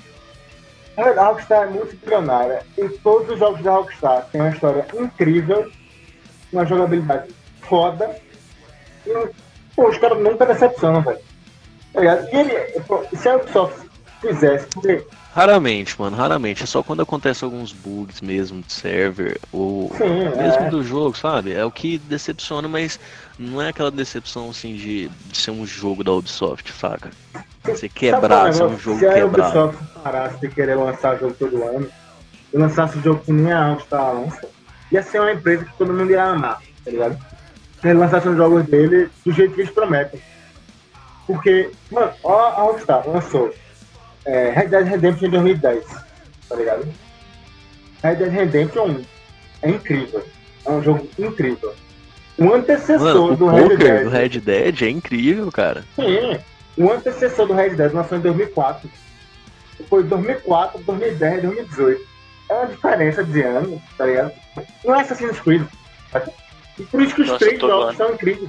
Speaker 2: A Rockstar é muito bilionária e todos os jogos da Rockstar têm uma história incrível, uma jogabilidade foda e os caras nunca decepcionam, velho. Tá ligado? E se a Ubisoft fizesse, porque
Speaker 6: Raramente, mano, raramente. É só quando acontece alguns bugs mesmo de server, ou mesmo do jogo, sabe? É o que decepciona, mas não é aquela decepção assim de ser um jogo da Ubisoft, saca? Você quebrar, ser um jogo
Speaker 2: se a
Speaker 6: quebrado.
Speaker 2: Ubisoft parasse de querer lançar jogo todo ano e lançasse jogo que nem a Rockstar lança, ia ser uma empresa que todo mundo ia amar, tá ligado? Se eles lançassem os jogos dele do jeito que eles prometem. Porque, mano, ó, a Rockstar lançou Red Dead Redemption em 2010, tá ligado? Red Dead Redemption 1 é incrível, é um jogo incrível. O antecessor
Speaker 6: Mano,
Speaker 2: do
Speaker 6: o
Speaker 2: Red
Speaker 6: poker
Speaker 2: Dead.
Speaker 6: do Red Dead é incrível, cara.
Speaker 2: Sim, o antecessor do Red Dead lançou em 2004. Depois de 2004, 2010, 2018. É uma diferença de anos, tá ligado? Não é Assassin's Creed. Tá? E por isso que os 3 jogos são incríveis.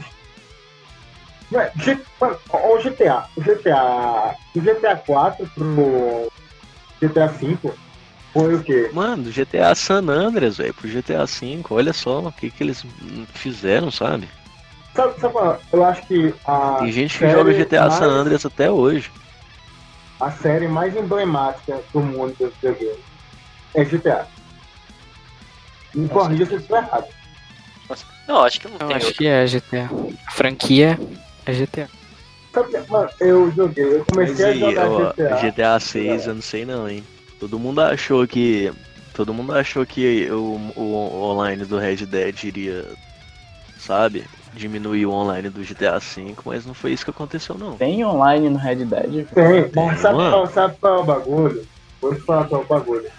Speaker 2: O GTA 4 pro GTA 5 foi o quê?
Speaker 6: Mano, do GTA San Andreas, velho, pro GTA V, olha só o que eles fizeram, sabe?
Speaker 2: Sabe, eu acho que
Speaker 6: tem gente que joga GTA San Andreas até hoje.
Speaker 2: A série mais emblemática do mundo dos videogames é GTA. Me corrija se eu estiver errado.
Speaker 4: Não, acho que não tem.
Speaker 3: Acho que é GTA. A franquia é GTA.
Speaker 2: Mano, eu comecei a jogar
Speaker 6: GTA 6, eu não sei não, hein. Todo mundo achou que o online do Red Dead iria, sabe, diminuir o online do GTA V, mas não foi isso que aconteceu, não.
Speaker 8: Tem online no Red Dead?
Speaker 2: Tem, mas
Speaker 6: mano.
Speaker 2: sabe qual é o bagulho? Vou te falar qual é o bagulho.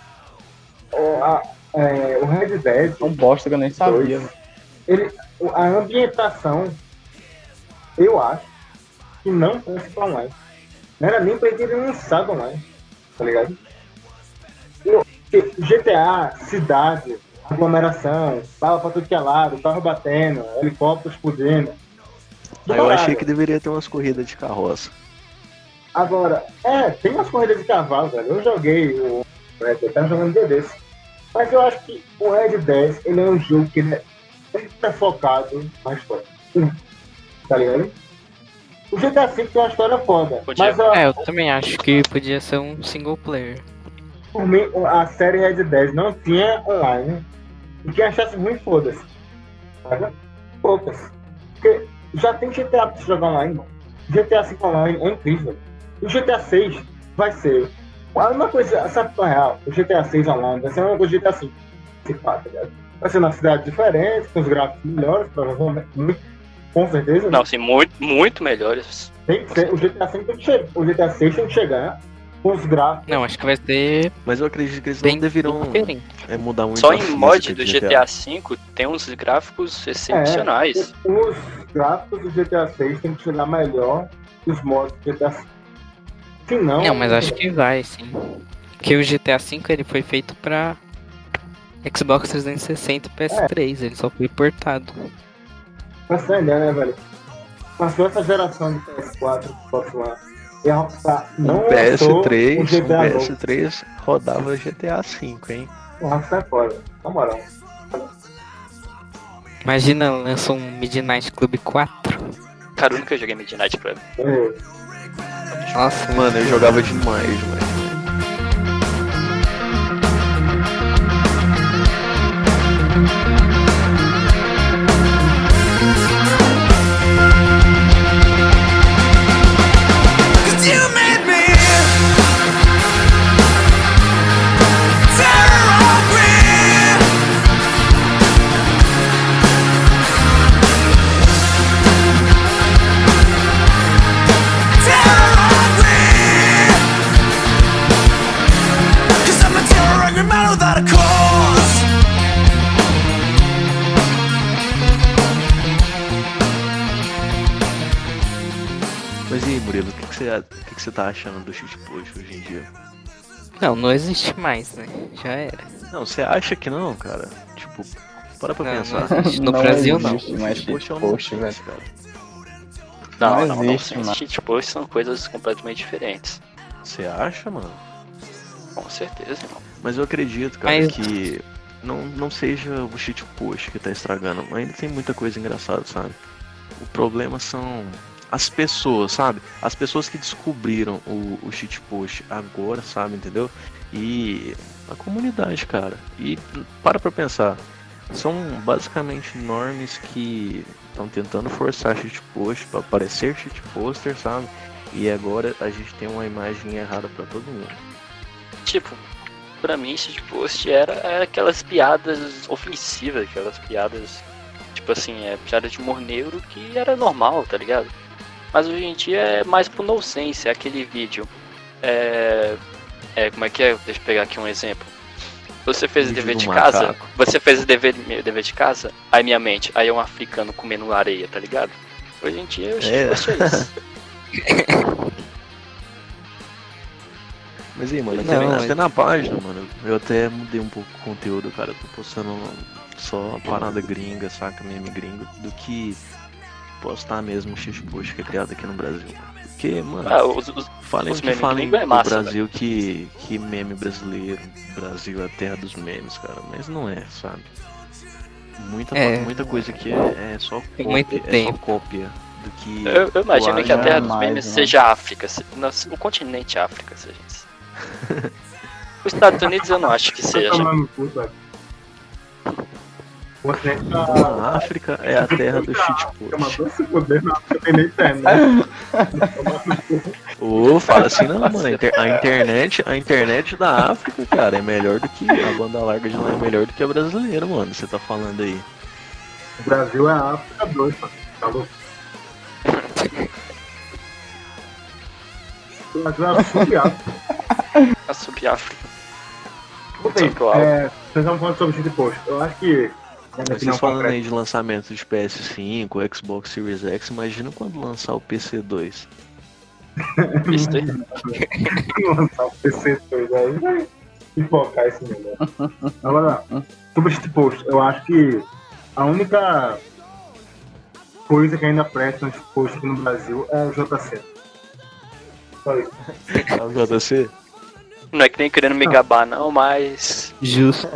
Speaker 2: O Red Dead,
Speaker 8: É um bosta que eu nem sabia.
Speaker 2: a ambientação, eu acho que não conta pra online. Não era nem pra ele ter lançado online, tá ligado? GTA, cidade, aglomeração, bala pra tudo que é lado, carro batendo, helicóptero explodindo.
Speaker 6: Eu achei que deveria ter umas corridas de carroça.
Speaker 2: Agora, tem umas corridas de cavalo, velho. Eu joguei o Red Dead, tava jogando um dia desse. Mas eu acho que o Red Dead, ele é um jogo que ele é muito focado na história. Tá ligado? O GTA V tem uma história foda.
Speaker 4: Podia.
Speaker 2: Mas
Speaker 3: Eu também acho que podia ser um single player.
Speaker 2: por mim, a série Red Dead não tinha online. E quem achasse ruim, foda-se. Sabe? Poucas. Porque já tem GTA pra você jogar online, mano. GTA V online é incrível. E o GTA 6 vai ser a mesma coisa, sabe qual é real? O GTA 6 online vai ser a mesma coisa do GTA 5. Tá ligado? Vai ser numa cidade diferente, com os gráficos melhores, provavelmente. Com certeza.
Speaker 4: Não, assim, muito melhores.
Speaker 2: Tem que ser, o GTA 5 tem que chegar. O GTA 6 tem que chegar com os gráficos.
Speaker 3: Não, acho que vai ser
Speaker 6: Mas eu acredito que eles
Speaker 3: bem
Speaker 6: não deverão
Speaker 3: diferente.
Speaker 6: mudar muito
Speaker 4: Só
Speaker 6: a
Speaker 4: em
Speaker 6: física
Speaker 4: mod do
Speaker 6: de
Speaker 4: GTA V tem uns gráficos excepcionais.
Speaker 2: Os gráficos do GTA 6 tem que chegar melhor que os mods do GTA 5. Se não.
Speaker 3: Não, mas acho que vai, sim. Porque o GTA V ele foi feito pra Xbox 360 e PS3, ele só foi portado.
Speaker 2: Pra você entender, né, velho? Passou essa geração de PS4, Xbox One. E a Rockstar não
Speaker 6: Um PS3,
Speaker 2: lançou o GTA novo.
Speaker 6: PS3 rodava GTA V, hein?
Speaker 2: O Rockstar é foda, na moral.
Speaker 3: Imagina, lançou um Midnight Club 4.
Speaker 4: Cara, eu nunca joguei Midnight Club.
Speaker 3: Nossa,
Speaker 6: Mano, eu jogava demais, velho. Mas e aí, Murilo, o que você tá achando do shitpost hoje em dia?
Speaker 3: não existe mais, né? Já era.
Speaker 6: Não, você acha que não, cara? Tipo, para pra
Speaker 3: Não,
Speaker 6: pensar.
Speaker 3: não existe. No
Speaker 8: Não
Speaker 3: Brasil,
Speaker 8: existe
Speaker 3: não.
Speaker 8: mais
Speaker 6: Shitpost é um
Speaker 8: shitpost,
Speaker 6: nonsense,
Speaker 8: velho.
Speaker 6: cara.
Speaker 8: Não existe,
Speaker 4: Não.
Speaker 8: mano.
Speaker 4: Shitpost são coisas completamente diferentes.
Speaker 6: Você acha, mano?
Speaker 4: Com certeza, irmão.
Speaker 6: Mas eu acredito, cara,
Speaker 3: Mas-
Speaker 6: que não seja o shitpost que tá estragando. Ainda tem muita coisa engraçada, sabe? O problema são as pessoas, sabe? As pessoas que descobriram o shitpost agora, sabe? Entendeu? E a comunidade, cara. E para pra pensar. São basicamente normes que estão tentando forçar shitpost pra parecer shitposter, sabe? E agora a gente tem uma imagem errada pra todo mundo.
Speaker 4: Tipo, pra mim, shitpost era aquelas piadas ofensivas, aquelas piadas, tipo assim, piada de humor negro que era normal, tá ligado? Mas hoje em dia é mais pro nonsense, é aquele vídeo. Como é que é? Deixa eu pegar aqui um exemplo. Você fez o
Speaker 6: Vídeo
Speaker 4: dever
Speaker 6: do
Speaker 4: de casa?
Speaker 6: macaco.
Speaker 4: Você fez o dever de casa? Aí minha mente, aí é um africano comendo areia, tá ligado? Hoje em dia o shitpost é isso.
Speaker 6: Mas aí, mano,
Speaker 3: Não,
Speaker 6: até na página, mano, eu até mudei um pouco o conteúdo, cara. Tô postando só parada gringa, saca? Meme gringo, do que postar mesmo o shitpost que é criado aqui no Brasil. Porque, mano, falem
Speaker 4: os
Speaker 6: que
Speaker 4: memes
Speaker 6: falem
Speaker 4: gringo é
Speaker 6: do
Speaker 4: massa,
Speaker 6: Brasil que meme brasileiro, Brasil é a terra dos memes, cara. Mas não é, sabe? Muita coisa aqui é só
Speaker 3: Tem
Speaker 6: cópia,
Speaker 3: muito
Speaker 6: é só
Speaker 3: tempo.
Speaker 6: cópia do que.
Speaker 4: Eu imagino que a terra dos
Speaker 8: mais,
Speaker 4: memes
Speaker 8: né?
Speaker 4: seja a África, o continente África, seja isso. Os Estados Unidos eu não acho que seja.
Speaker 2: Você tá.
Speaker 6: A África é a terra do shitpost.
Speaker 2: Se poder, na África tem nem internet.
Speaker 6: Ô, fala assim não, mano. A internet da África, cara, é melhor do que a banda larga de lá, é melhor do que a brasileira, mano. Você tá falando aí.
Speaker 2: O Brasil é a África 2, mano. Tá louco? Vai subiar.
Speaker 4: A Sub-África.
Speaker 2: Vocês estavam falando sobre shitpost. Eu acho que.
Speaker 6: Vocês falando aí de lançamento de PS5, Xbox Series X, imagina quando lançar o PC2.
Speaker 4: Isso aí.
Speaker 2: Lançar o PC2 aí vai pipocar esse negócio. Agora, sobre shitpost, eu acho que a única coisa que ainda presta no shitpost aqui no Brasil é o JC. Só isso.
Speaker 6: O JC?
Speaker 4: Não é que nem querendo me gabar, não, mas.
Speaker 3: Justo.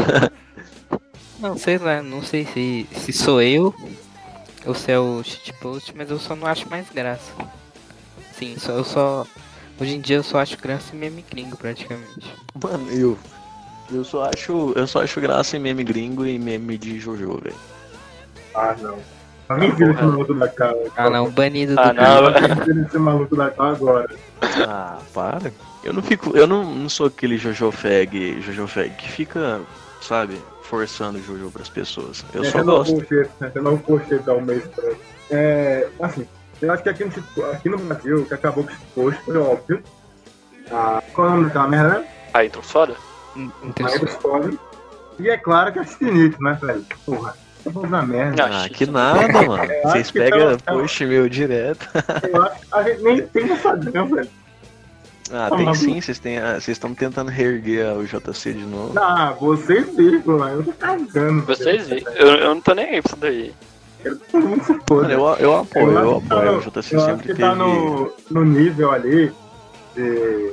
Speaker 3: Não, sei lá, não sei se sou eu ou se é o shitpost, mas eu só não acho mais graça. Sim, eu só. Hoje em dia eu só acho graça em meme gringo praticamente.
Speaker 6: Mano, eu só acho graça em meme gringo e meme de Jojo, velho.
Speaker 2: Ah, não. Alguém vira esse maluco da cara.
Speaker 3: Ah não, banido do
Speaker 2: Alguém vira esse maluco da cara agora.
Speaker 6: Ah, para. Eu não sou aquele Jojo Fag que fica, sabe, forçando o Jojo pras pessoas. Eu só gosto.
Speaker 2: Eu não postei dar um mês pra assim, eu acho que aqui no Brasil, o que acabou com esse post foi óbvio. Qual é o nome daquela merda, né?
Speaker 4: A intro foda?
Speaker 2: Foda. E é claro que é infinito, né, velho? Porra, tá falando da merda.
Speaker 6: Ah, que nada, mano. Vocês pegam post meu direto.
Speaker 2: Eu acho que a gente nem tem essa grana, velho.
Speaker 6: Ah, tem sim, vocês estão tentando reerguer o JC de novo.
Speaker 2: Ah, vocês viram, eu tô cagando.
Speaker 4: Vocês viram, eu não tô nem aí pra isso daí.
Speaker 6: Mano, eu apoio, o JC
Speaker 2: eu
Speaker 6: sempre
Speaker 2: acho que
Speaker 6: teve...
Speaker 2: tá no nível ali de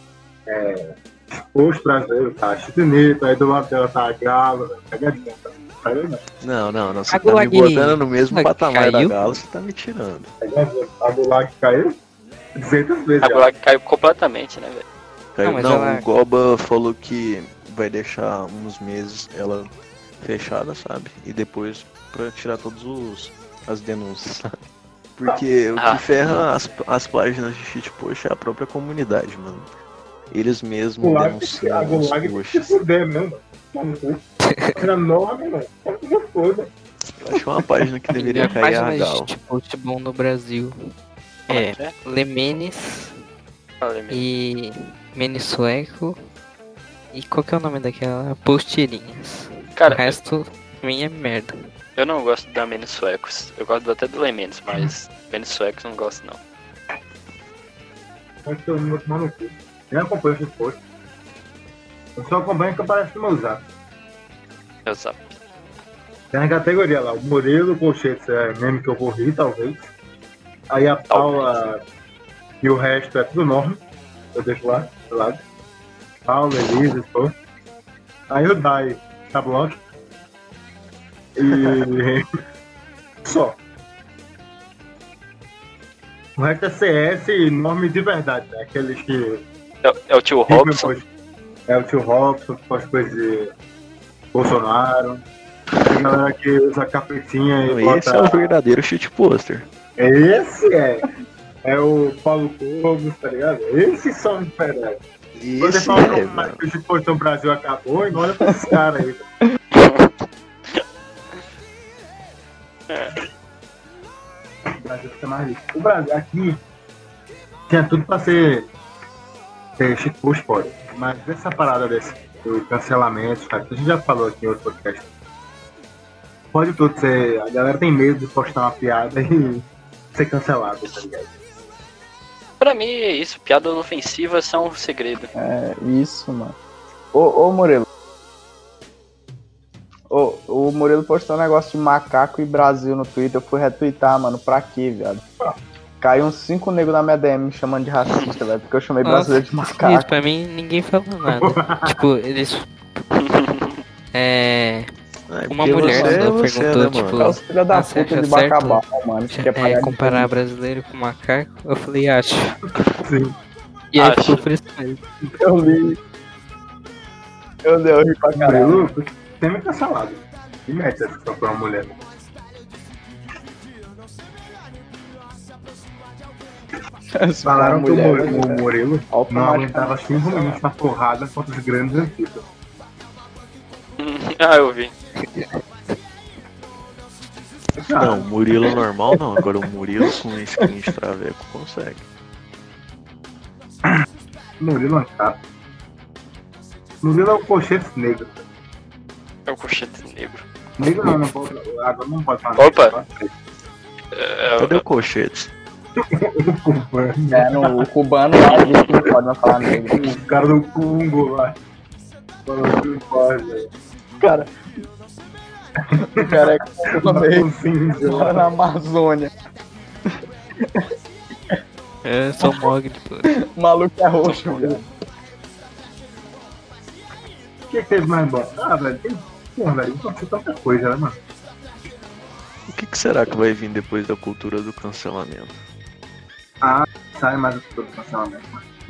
Speaker 2: exposto brasileiro, tá? Chitinito, aí do lado dela tá a Galo, pegadinha, tá?
Speaker 6: Não, você tá me botando no mesmo patamar da Galo, você tá me tirando.
Speaker 2: A Gulag caiu 200 vezes.
Speaker 4: A Gulag caiu completamente, né, velho?
Speaker 6: Caiu, não, o Goba falou que vai deixar uns meses ela fechada, sabe? E depois pra tirar todas as denúncias, sabe? Porque o que ferra as páginas de shitpost é a própria comunidade, mano. Eles mesmos denunciam
Speaker 2: a Gulag tem que se fuder mesmo. Era nome, mano.
Speaker 6: Eu acho uma página que deveria cair a Gal.
Speaker 3: Shitpost bom no Brasil é Lemenes e Menes Sueco. E qual que é o nome daquela? Postirinhas.
Speaker 4: Cara,
Speaker 3: o resto também é merda.
Speaker 4: Eu não gosto da Menes Suecos. Eu gosto até do Lemenes, mas Menes Suecos eu não gosto não.
Speaker 2: Acho que eu não vou no cu. Eu não acompanho esse post. Eu só acompanho que aparece no meu zap.
Speaker 4: Exato.
Speaker 2: Tem na categoria lá, o Murilo Colchetes é meme que eu vou rir, talvez. Aí a Paula e o resto é tudo nome. Eu deixo lá, do lado. Paula, Elisa, pô. Aí o Dai, tá bloco. E só. O resto é CS e nome de verdade, né? Aqueles que...
Speaker 4: É o tio Robson.
Speaker 2: É o tio Robson, que faz coisas de Bolsonaro. Tem galera que usa capetinha e bota...
Speaker 6: Esse é o verdadeiro shitposter.
Speaker 2: Esse é o Paulo Cogos, tá ligado? Esses são de verdade. Você fala que o shitposter no Brasil acabou e não olha pra esses caras aí. O Brasil fica mais rico. O Brasil aqui tinha tudo pra ser shitpost, pode. Mas essa parada do cancelamento, cara, que a gente já falou aqui em outro podcast. Pode tudo ser. A galera tem medo de postar uma piada e ser cancelado, tá ligado?
Speaker 4: Pra mim, isso, piadas ofensivas são um segredo.
Speaker 8: É, isso, mano. Ô Murilo. O Murilo postou um negócio de macaco e Brasil no Twitter. Eu fui retweetar, mano. Pra quê, viado? Caiu uns 5 negros na minha DM me chamando de racista, velho. Porque eu chamei brasileiro de macaco.
Speaker 3: Isso, pra mim, ninguém falou nada. Tipo, eles... Uma mulher perguntou, tipo...
Speaker 8: É os filhos da puta de Bacabal, mano.
Speaker 3: Comparar brasileiro com macaco? Eu falei, acho.
Speaker 2: Sim.
Speaker 3: E aí ficou por isso mesmo.
Speaker 8: Eu li. Eu ri pra caramba.
Speaker 2: Tem que cancelado. E mete essa questão pra uma mulher. Falaram que o Murilo não aguentava 5 minutos na porrada contra os grandes antigos.
Speaker 4: Ah, eu vi.
Speaker 6: Não, o Murilo normal não. Agora o Murilo com skin de traveco consegue.
Speaker 2: Murilo é chato. Murilo é o cochete negro.
Speaker 4: É o cochete negro.
Speaker 2: Negro não pode. Agora não pode falar.
Speaker 4: Opa!
Speaker 6: Cadê o Cochete?
Speaker 8: O cubano lá diz que não pode mais falar negro.
Speaker 2: O cara do Congo lá. Falou que não pode, velho.
Speaker 8: Cara. O cara é
Speaker 2: Tá
Speaker 8: na Amazônia.
Speaker 3: Eu sou Mogli, pô.
Speaker 8: O maluco é roxo, velho.
Speaker 2: O que teve mais bom? Ah, velho, tem. Porra, velho, não tem tanta coisa, né, mano?
Speaker 6: O que será que vai vir depois da cultura do cancelamento?
Speaker 2: Ah, sai mais do todo cancelamento.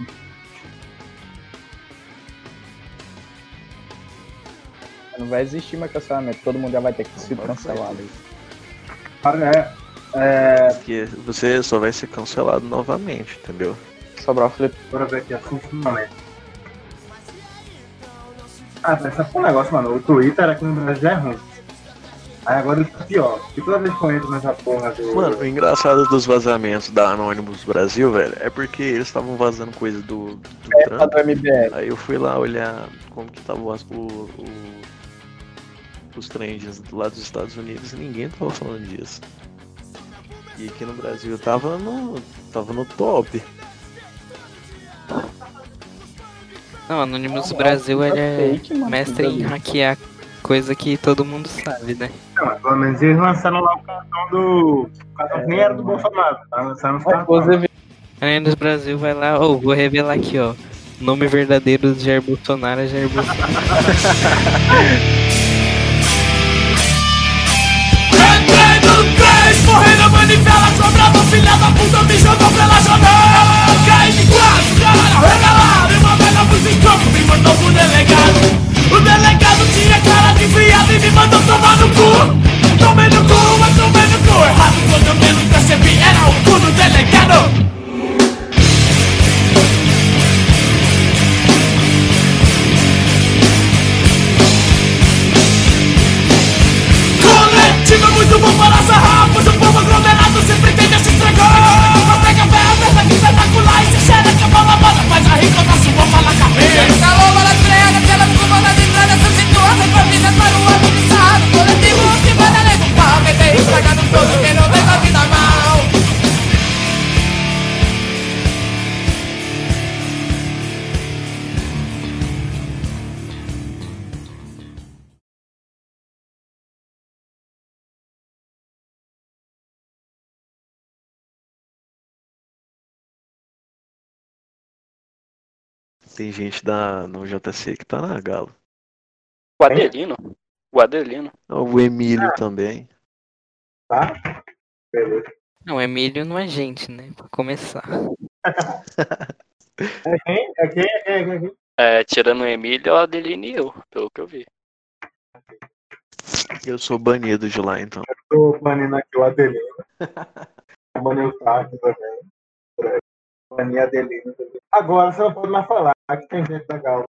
Speaker 8: Não vai existir mais cancelamento. Todo mundo já vai ter que ser cancelado.
Speaker 2: Cara,
Speaker 6: Porque você só vai ser cancelado novamente, entendeu?
Speaker 8: Sobrar o Felipe.
Speaker 2: bora ver aqui assim, finalmente. Ah, essa foi um negócio, mano. O Twitter aqui no Brasil já é ruim. Aí agora ele tá pior. Porque toda vez que eu entro nessa porra do.
Speaker 6: Mano, o engraçado dos vazamentos da Anonymous Brasil, velho, é porque eles estavam vazando coisa do Trump.
Speaker 8: Do MBL.
Speaker 6: Aí eu fui lá olhar como que tava os trends lá dos Estados Unidos e ninguém tava falando disso. E aqui no Brasil tava no top.
Speaker 3: Não, Anonymous Brasil, ele é
Speaker 8: fake, mano,
Speaker 3: mestre em hackear coisa que todo mundo sabe, né?
Speaker 2: Não, pelo menos eles lançaram lá o cartão do. O cartão que nem era do Bolsonaro. Tá lançando os cartões.
Speaker 8: Inclusive,
Speaker 3: Anonymous Brasil vai lá, vou revelar aqui, ó. Nome verdadeiro de Jair Bolsonaro é Jair Bolsonaro.
Speaker 1: Entrei no trem, morri na manivela, sobrava filha da puta, me jogou pela janela. Caí de quatro, cara, regalado, e uma velha musicão me mandou pro delegado. O delegado tinha cara de viado e me mandou tomar no cu. Tomei no cu, mas tomei no cu errado. Quando eu menos percebi, era o cu do delegado. Coletivo é muito bom para sarrar, pois o povo aglomerado sempre tende a se estragar. Você que a fé aberta que espetacular e se cheira que a bola bota, faz a rica da sua fala cabeça. Calou, bola freada, pelas curvas de entrada, se situa, sem família para o ano pisado. Coletivo que vai dar nego pau, meter estragando todo quem não leva a vida mal.
Speaker 6: Tem gente no JC que tá na Galo.
Speaker 4: O Adelino. O Adelino.
Speaker 6: O Emílio também.
Speaker 2: Tá? Beleza.
Speaker 3: Não, o Emílio não é gente, né? Pra começar.
Speaker 2: É quem? É quem?
Speaker 4: É, tirando o Emílio, é o Adelino e eu, pelo que eu vi.
Speaker 6: Eu sou banido de lá, então.
Speaker 2: Tô banindo aqui o Adelino. Banei o Tarde também. Bani a Adelino também. Agora você não pode mais falar que tem gente da Galo.